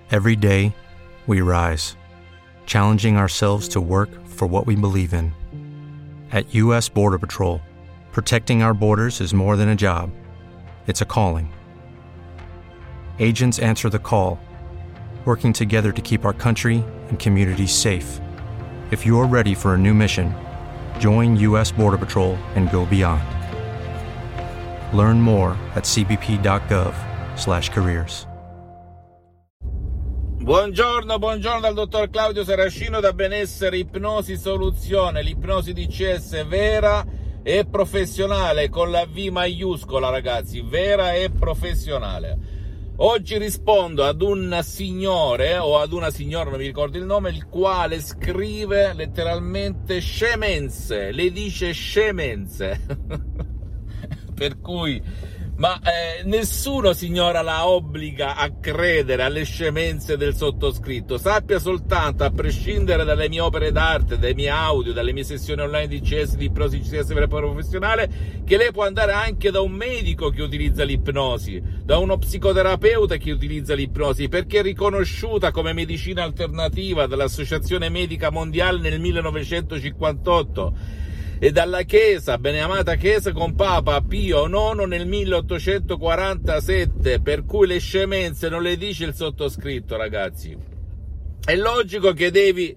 Every day, we rise, challenging ourselves to work for what we believe in. At U.S. Border Patrol, protecting our borders is more than a job. It's a calling. Agents answer the call, working together to keep our country and communities safe. If you're ready for a new mission, join U.S. Border Patrol and go beyond. Learn more at cbp.gov/careers. Buongiorno dal dottor Claudio Saracino da Benessere Ipnosi Soluzione, l'ipnosi DCS vera e professionale con la V maiuscola, ragazzi, vera e professionale. Oggi rispondo ad un signore o ad una signora, non mi ricordo il nome, il quale scrive letteralmente scemenze, le dice scemenze. Per cui, nessuno, signora, la obbliga a credere alle scemenze del sottoscritto. Sappia soltanto, a prescindere dalle mie opere d'arte, dai miei audio, dalle mie sessioni online di CS, di ipnosi CS vera e professionale, che lei può andare anche da un medico che utilizza l'ipnosi, da uno psicoterapeuta che utilizza l'ipnosi, perché è riconosciuta come medicina alternativa dall'Associazione Medica Mondiale nel 1958. E dalla Chiesa, beneamata Chiesa, con Papa Pio IX nel 1847, per cui le scemenze non le dice il sottoscritto, ragazzi. È logico che devi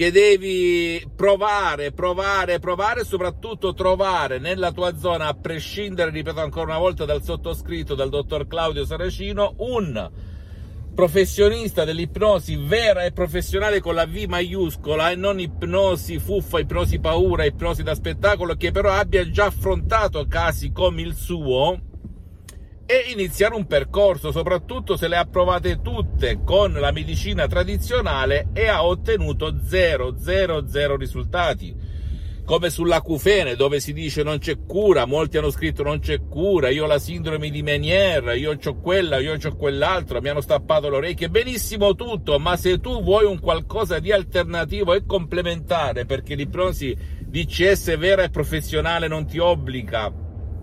provare e soprattutto trovare nella tua zona, a prescindere, ripeto ancora una volta, dal sottoscritto, dal dottor Claudio Saracino, un professionista dell'ipnosi vera e professionale con la V maiuscola, e non ipnosi fuffa, ipnosi paura, ipnosi da spettacolo, che però abbia già affrontato casi come il suo, e iniziare un percorso, soprattutto se le ha provate tutte con la medicina tradizionale e ha ottenuto zero risultati. Come sull'acufene, dove si dice non c'è cura, molti hanno scritto non c'è cura, io ho la sindrome di Meniere, io c'ho quella, io c'ho quell'altro, mi hanno stappato le orecchie, benissimo tutto, ma se tu vuoi un qualcosa di alternativo e complementare, perché l'ipnosi DCS vera e professionale non ti obbliga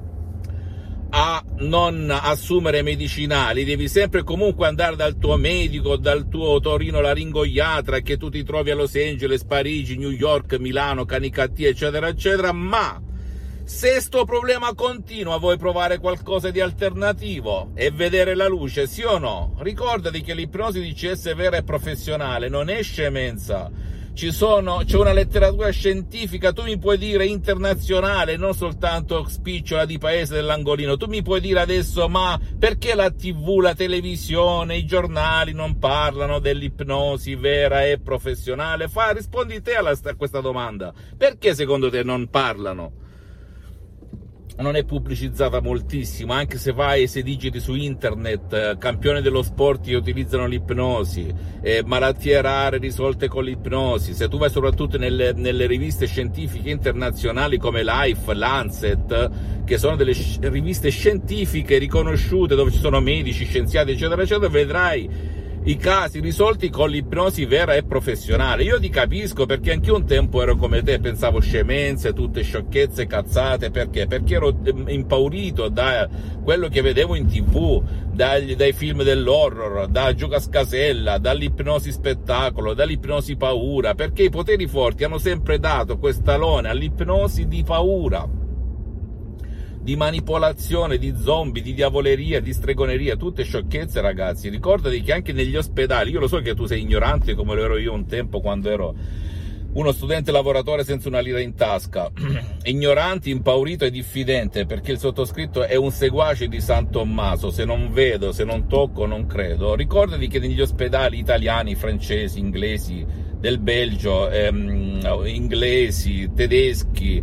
a non assumere medicinali, devi sempre comunque andare dal tuo medico, dal tuo otorino-laringoiatra, che tu ti trovi a Los Angeles, Parigi, New York, Milano, Canicattì, eccetera eccetera. Ma se sto problema continua, vuoi provare qualcosa di alternativo e vedere la luce, sì o no? Ricordati che l'ipnosi DCS vera e professionale non è scemenza. C'è una letteratura scientifica, tu mi puoi dire internazionale, non soltanto spicciola di paese dell'angolino. Tu mi puoi dire adesso, ma perché la TV, la televisione, i giornali non parlano dell'ipnosi vera e professionale? Rispondi te a questa domanda. Perché secondo te non parlano? Non è pubblicizzata moltissimo, anche se digiti su internet, campioni dello sport che utilizzano l'ipnosi, malattie rare risolte con l'ipnosi. Se tu vai soprattutto nelle riviste scientifiche internazionali come Life, Lancet, che sono delle riviste scientifiche riconosciute, dove ci sono medici, scienziati, eccetera eccetera, vedrai i casi risolti con l'ipnosi vera e professionale. Io ti capisco, perché anch'io un tempo ero come te, pensavo scemenze, tutte sciocchezze, cazzate. Perché ero impaurito da quello che vedevo in TV, dai film dell'horror, da Gioca Scasella, dall'ipnosi spettacolo, dall'ipnosi paura, perché i poteri forti hanno sempre dato quest'alone all'ipnosi di paura, di manipolazione, di zombie, di diavoleria, di stregoneria, tutte sciocchezze, ragazzi. Ricordati che anche negli ospedali, io lo so che tu sei ignorante come lo ero io un tempo quando ero uno studente lavoratore senza una lira in tasca, ignorante, impaurito e diffidente, perché il sottoscritto è un seguace di San Tommaso: se non vedo, se non tocco, non credo. Ricordati che negli ospedali italiani, francesi, inglesi, del Belgio, inglesi, tedeschi,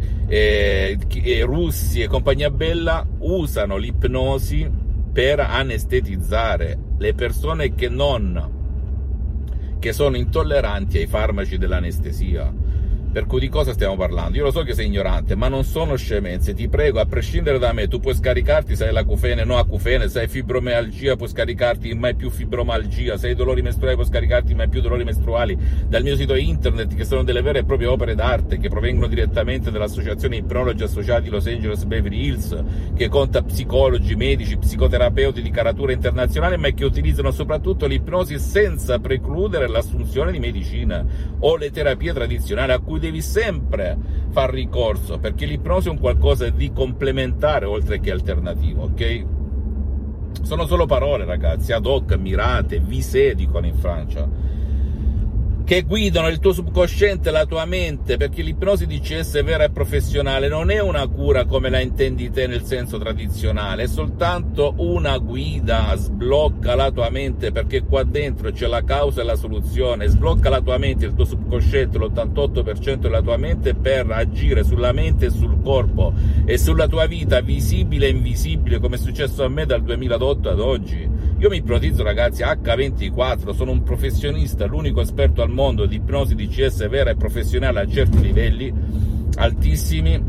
russi e compagnia bella, usano l'ipnosi per anestetizzare le persone che sono intolleranti ai farmaci dell'anestesia. Per cui di cosa stiamo parlando? Io lo so che sei ignorante, ma non sono scemenze, ti prego, a prescindere da me, tu puoi scaricarti se hai l'acufene, no acufene, se hai fibromialgia puoi scaricarti mai più fibromialgia, se hai dolori mestruali puoi scaricarti mai più dolori mestruali, dal mio sito internet, che sono delle vere e proprie opere d'arte, che provengono direttamente dall'associazione Ipnologi Associati Los Angeles Beverly Hills, che conta psicologi, medici, psicoterapeuti di caratura internazionale, ma che utilizzano soprattutto l'ipnosi senza precludere l'assunzione di medicina o le terapie tradizionali a cui devi sempre far ricorso, perché l'ipnosi è un qualcosa di complementare oltre che alternativo, ok? Sono solo parole, ragazzi, ad hoc, mirate, visé, dicono in Francia, che guidano il tuo subconsciente e la tua mente, perché l'ipnosi DCS vera e professionale non è una cura come la intendi te nel senso tradizionale, è soltanto una guida, sblocca la tua mente, perché qua dentro c'è la causa e la soluzione, sblocca la tua mente, il tuo subconsciente, l'88% della tua mente, per agire sulla mente e sul corpo e sulla tua vita visibile e invisibile, come è successo a me dal 2008 ad oggi. Io mi ipnotizzo, ragazzi, H24, sono un professionista, l'unico esperto al mondo di ipnosi DCS vera e professionale a certi livelli altissimi,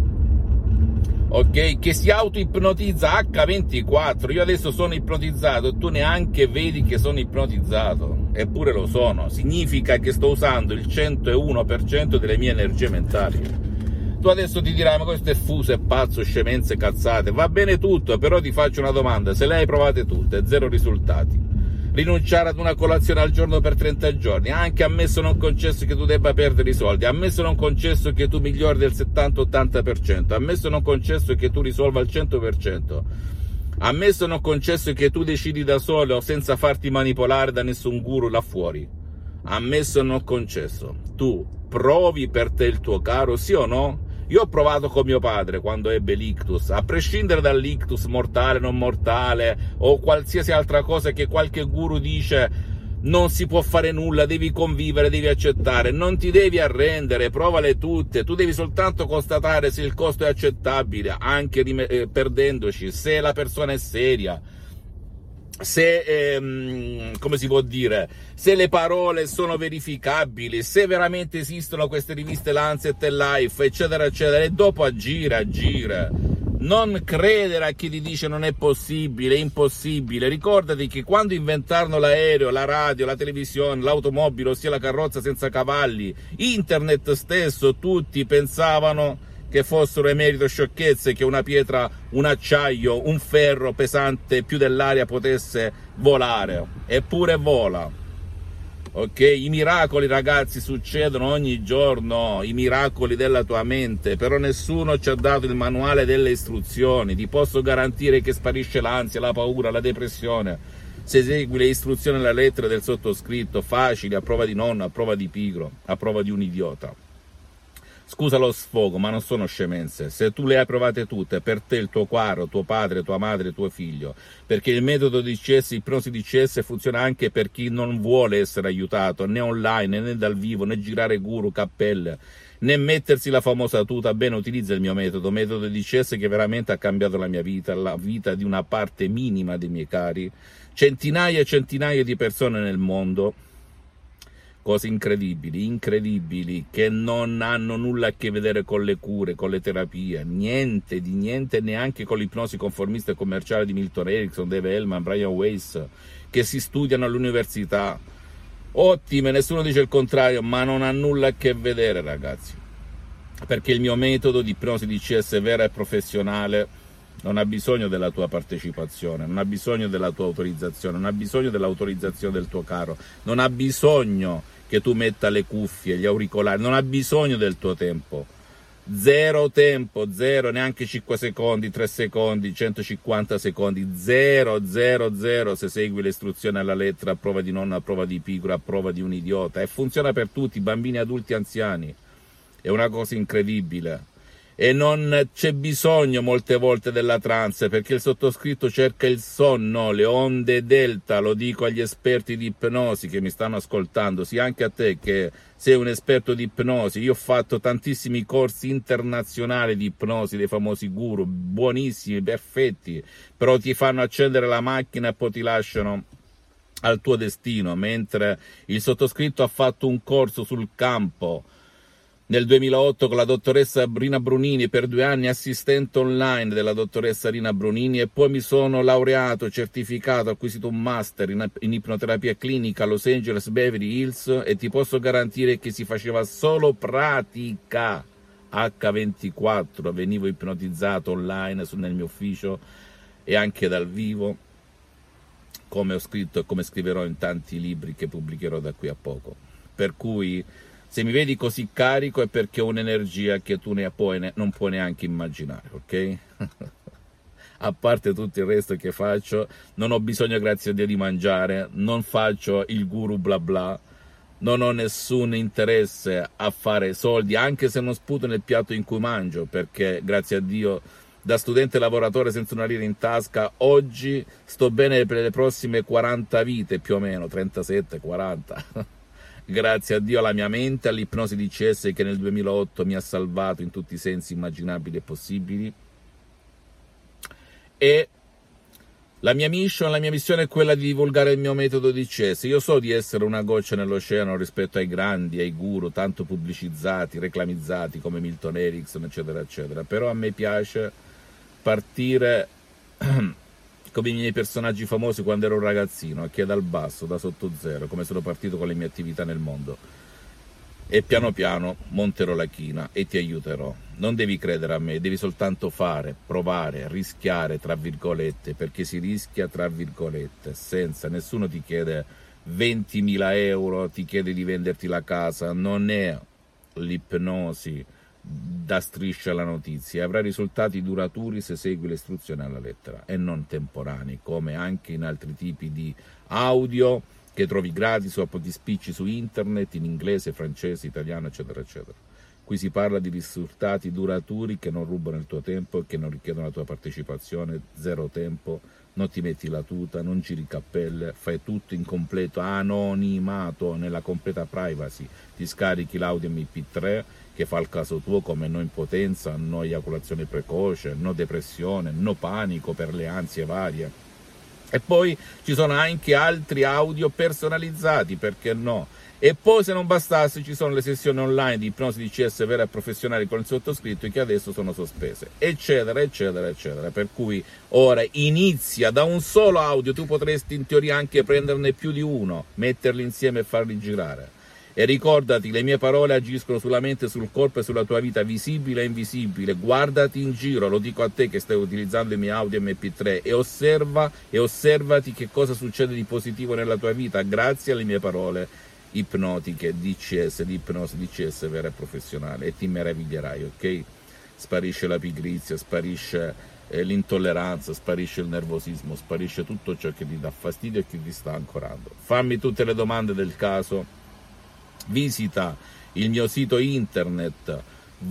ok, che si auto-ipnotizza H24. Io adesso sono ipnotizzato e tu neanche vedi che sono ipnotizzato, eppure lo sono. Significa che sto usando il 101% delle mie energie mentali. Tu adesso ti dirai, ma questo è fuso, è pazzo, scemenze, cazzate, va bene tutto, però ti faccio una domanda: se le hai provate tutte, zero risultati, rinunciare ad una colazione al giorno per 30 giorni, anche ammesso non concesso che tu debba perdere i soldi, ammesso non concesso che tu migliori del 70-80%, ammesso non concesso che tu risolva il 100%, ammesso non concesso che tu decidi da solo senza farti manipolare da nessun guru là fuori, ammesso non concesso, tu provi per te il tuo caro, sì o no? Io ho provato con mio padre quando ebbe l'ictus, a prescindere dall'ictus mortale, non mortale o qualsiasi altra cosa che qualche guru dice non si può fare nulla, devi convivere, devi accettare, non ti devi arrendere, provale tutte, tu devi soltanto constatare se il costo è accettabile, anche perdendoci, se la persona è seria, se, come si può dire, se le parole sono verificabili, se veramente esistono queste riviste Lancet e Life, eccetera, eccetera, e dopo agire. Non credere a chi ti dice non è possibile, è impossibile. Ricordati che quando inventarono l'aereo, la radio, la televisione, l'automobile, ossia la carrozza senza cavalli, internet stesso, tutti pensavano che fossero emerito sciocchezze, che una pietra, un acciaio, un ferro pesante più dell'aria potesse volare, eppure vola, ok? I miracoli, ragazzi, succedono ogni giorno, i miracoli della tua mente, però nessuno ci ha dato il manuale delle istruzioni. Ti posso garantire che sparisce l'ansia, la paura, la depressione se segui le istruzioni alla lettera del sottoscritto, facili, a prova di nonno, a prova di pigro, a prova di un idiota. Scusa lo sfogo, ma non sono scemenze. Se tu le hai provate tutte, per te, il tuo caro, tuo padre, tua madre, tuo figlio, perché il metodo DCS, ipnosi DCS, funziona anche per chi non vuole essere aiutato, né online, né dal vivo, né girare guru, cappelle, né mettersi la famosa tuta. Bene, utilizza il mio metodo DCS, che veramente ha cambiato la mia vita, la vita di una parte minima dei miei cari, centinaia e centinaia di persone nel mondo. Cose incredibili, che non hanno nulla a che vedere con le cure, con le terapie, niente, neanche con l'ipnosi conformista e commerciale di Milton Erickson, Dave Hellman, Brian Weiss, che si studiano all'università. Ottime, nessuno dice il contrario, ma non ha nulla a che vedere, ragazzi, perché il mio metodo di ipnosi DCS vera e professionale non ha bisogno della tua partecipazione, non ha bisogno della tua autorizzazione, non ha bisogno dell'autorizzazione del tuo caro, non ha bisogno che tu metta le cuffie, gli auricolari, non ha bisogno del tuo tempo. Zero tempo, zero, neanche 5 secondi, 3 secondi, 150 secondi, zero, se segui le istruzioni alla lettera, a prova di nonno, a prova di pigro, a prova di un idiota. E funziona per tutti, bambini, adulti, anziani. È una cosa incredibile. E non c'è bisogno molte volte della trance, perché il sottoscritto cerca il sonno, le onde delta. Lo dico agli esperti di ipnosi che mi stanno ascoltando, sì, anche a te che sei un esperto di ipnosi. Io ho fatto tantissimi corsi internazionali di ipnosi dei famosi guru, buonissimi, perfetti, però ti fanno accendere la macchina e poi ti lasciano al tuo destino, mentre il sottoscritto ha fatto un corso sul campo nel 2008 con la dottoressa Rina Brunini, per 2 anni assistente online della dottoressa Rina Brunini, e poi mi sono laureato, certificato, acquisito un master in ipnoterapia clinica a Los Angeles Beverly Hills, e ti posso garantire che si faceva solo pratica H24, venivo ipnotizzato online nel mio ufficio e anche dal vivo, come ho scritto e come scriverò in tanti libri che pubblicherò da qui a poco. Per cui se mi vedi così carico è perché ho un'energia che tu non puoi neanche immaginare, ok? A parte tutto il resto che faccio, non ho bisogno, grazie a Dio, di mangiare, non faccio il guru bla bla, non ho nessun interesse a fare soldi, anche se non sputo nel piatto in cui mangio, perché grazie a Dio, da studente lavoratore senza una lira in tasca, oggi sto bene per le prossime 40 vite, più o meno, 37, 40. Grazie a Dio, alla mia mente, all'ipnosi DCS che nel 2008 mi ha salvato in tutti i sensi immaginabili e possibili. E la mia missione è quella di divulgare il mio metodo DCS. Io so di essere una goccia nell'oceano rispetto ai grandi, ai guru tanto pubblicizzati, reclamizzati come Milton Erickson, eccetera, eccetera. Però a me piace partire come i miei personaggi famosi quando ero un ragazzino, che dal basso, da sotto zero, come sono partito con le mie attività nel mondo. E piano piano monterò la china e ti aiuterò. Non devi credere a me, devi soltanto fare, provare, rischiare, tra virgolette, perché si rischia tra virgolette, senza, nessuno ti chiede 20.000 euro, ti chiede di venderti la casa, non è l'ipnosi da striscia alla notizia, avrà risultati duraturi se segui le istruzioni alla lettera e non temporanei, come anche in altri tipi di audio che trovi gratis o a pochi spicci su internet in inglese, francese, italiano, eccetera, eccetera. Qui si parla di risultati duraturi che non rubano il tuo tempo e che non richiedono la tua partecipazione, zero tempo, non ti metti la tuta, non giri cappelle, fai tutto in completo anonimato, nella completa privacy, ti scarichi l'audio MP3 che fa il caso tuo, come no impotenza, no eiaculazione precoce, no depressione, no panico per le ansie varie. E poi ci sono anche altri audio personalizzati, perché no? E poi, se non bastasse, ci sono le sessioni online di ipnosi DCS vera e professionali con il sottoscritto, che adesso sono sospese, eccetera, eccetera, eccetera. Per cui ora inizia da un solo audio, tu potresti in teoria anche prenderne più di uno, metterli insieme e farli girare. E ricordati, le mie parole agiscono sulla mente, sul corpo e sulla tua vita, visibile e invisibile. Guardati in giro, lo dico a te che stai utilizzando i miei audio MP3, e osservati che cosa succede di positivo nella tua vita grazie alle mie parole ipnotiche DCS, di ipnosi DCS vera e professionale, e ti meraviglierai, ok? Sparisce la pigrizia, sparisce l'intolleranza, sparisce il nervosismo, sparisce tutto ciò che ti dà fastidio e che ti sta ancorando. Fammi tutte le domande del caso. Visita il mio sito internet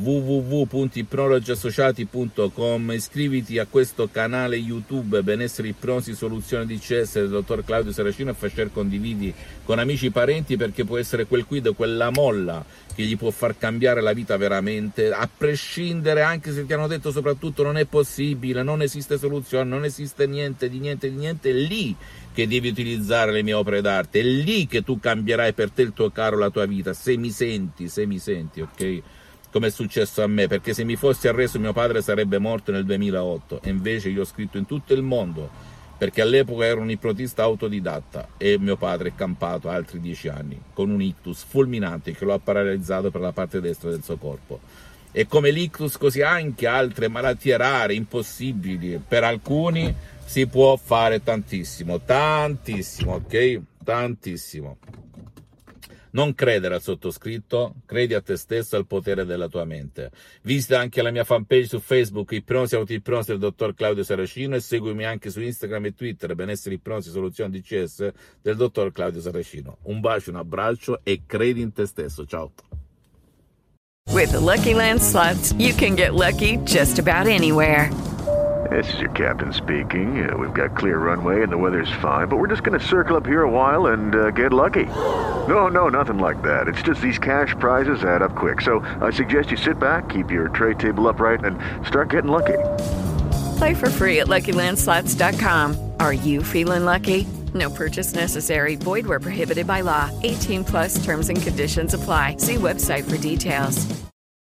www.ipnologiassociati.com, iscriviti a questo canale YouTube Benessere Ipnosi Soluzione DCS del dottor Claudio Saracino e fai share, condividi con amici e parenti, perché può essere quel quid, quella molla che gli può far cambiare la vita veramente, a prescindere, anche se ti hanno detto soprattutto non è possibile, non esiste soluzione, non esiste niente, è lì che devi utilizzare le mie opere d'arte, è lì che tu cambierai per te, il tuo caro, la tua vita, se mi senti, ok? Come è successo a me, perché se mi fossi arreso mio padre sarebbe morto nel 2008, e invece io ho scritto in tutto il mondo, perché all'epoca ero un ipnotista autodidatta e mio padre è campato altri 10 anni con un ictus fulminante che lo ha paralizzato per la parte destra del suo corpo. E come l'ictus, così anche altre malattie rare, impossibili, per alcuni si può fare tantissimo, ok? Tantissimo. Non credere al sottoscritto, credi a te stesso e al potere della tua mente. Visita anche la mia fanpage su Facebook, Ipnosi Autoipnosi del dottor Claudio Saracino, e seguimi anche su Instagram e Twitter, Benessere Ipnosi Soluzione DCS del dottor Claudio Saracino. Un bacio, un abbraccio e credi in te stesso. Ciao. With the Lucky Land Slots, you can get lucky just about anywhere. This is your captain speaking. We've got clear runway and the weather's fine, but we're just going to circle up here a while and get lucky. No, nothing like that. It's just these cash prizes add up quick. So I suggest you sit back, keep your tray table upright, and start getting lucky. Play for free at LuckyLandSlots.com. Are you feeling lucky? No purchase necessary. Void where prohibited by law. 18+ terms and conditions apply. See website for details.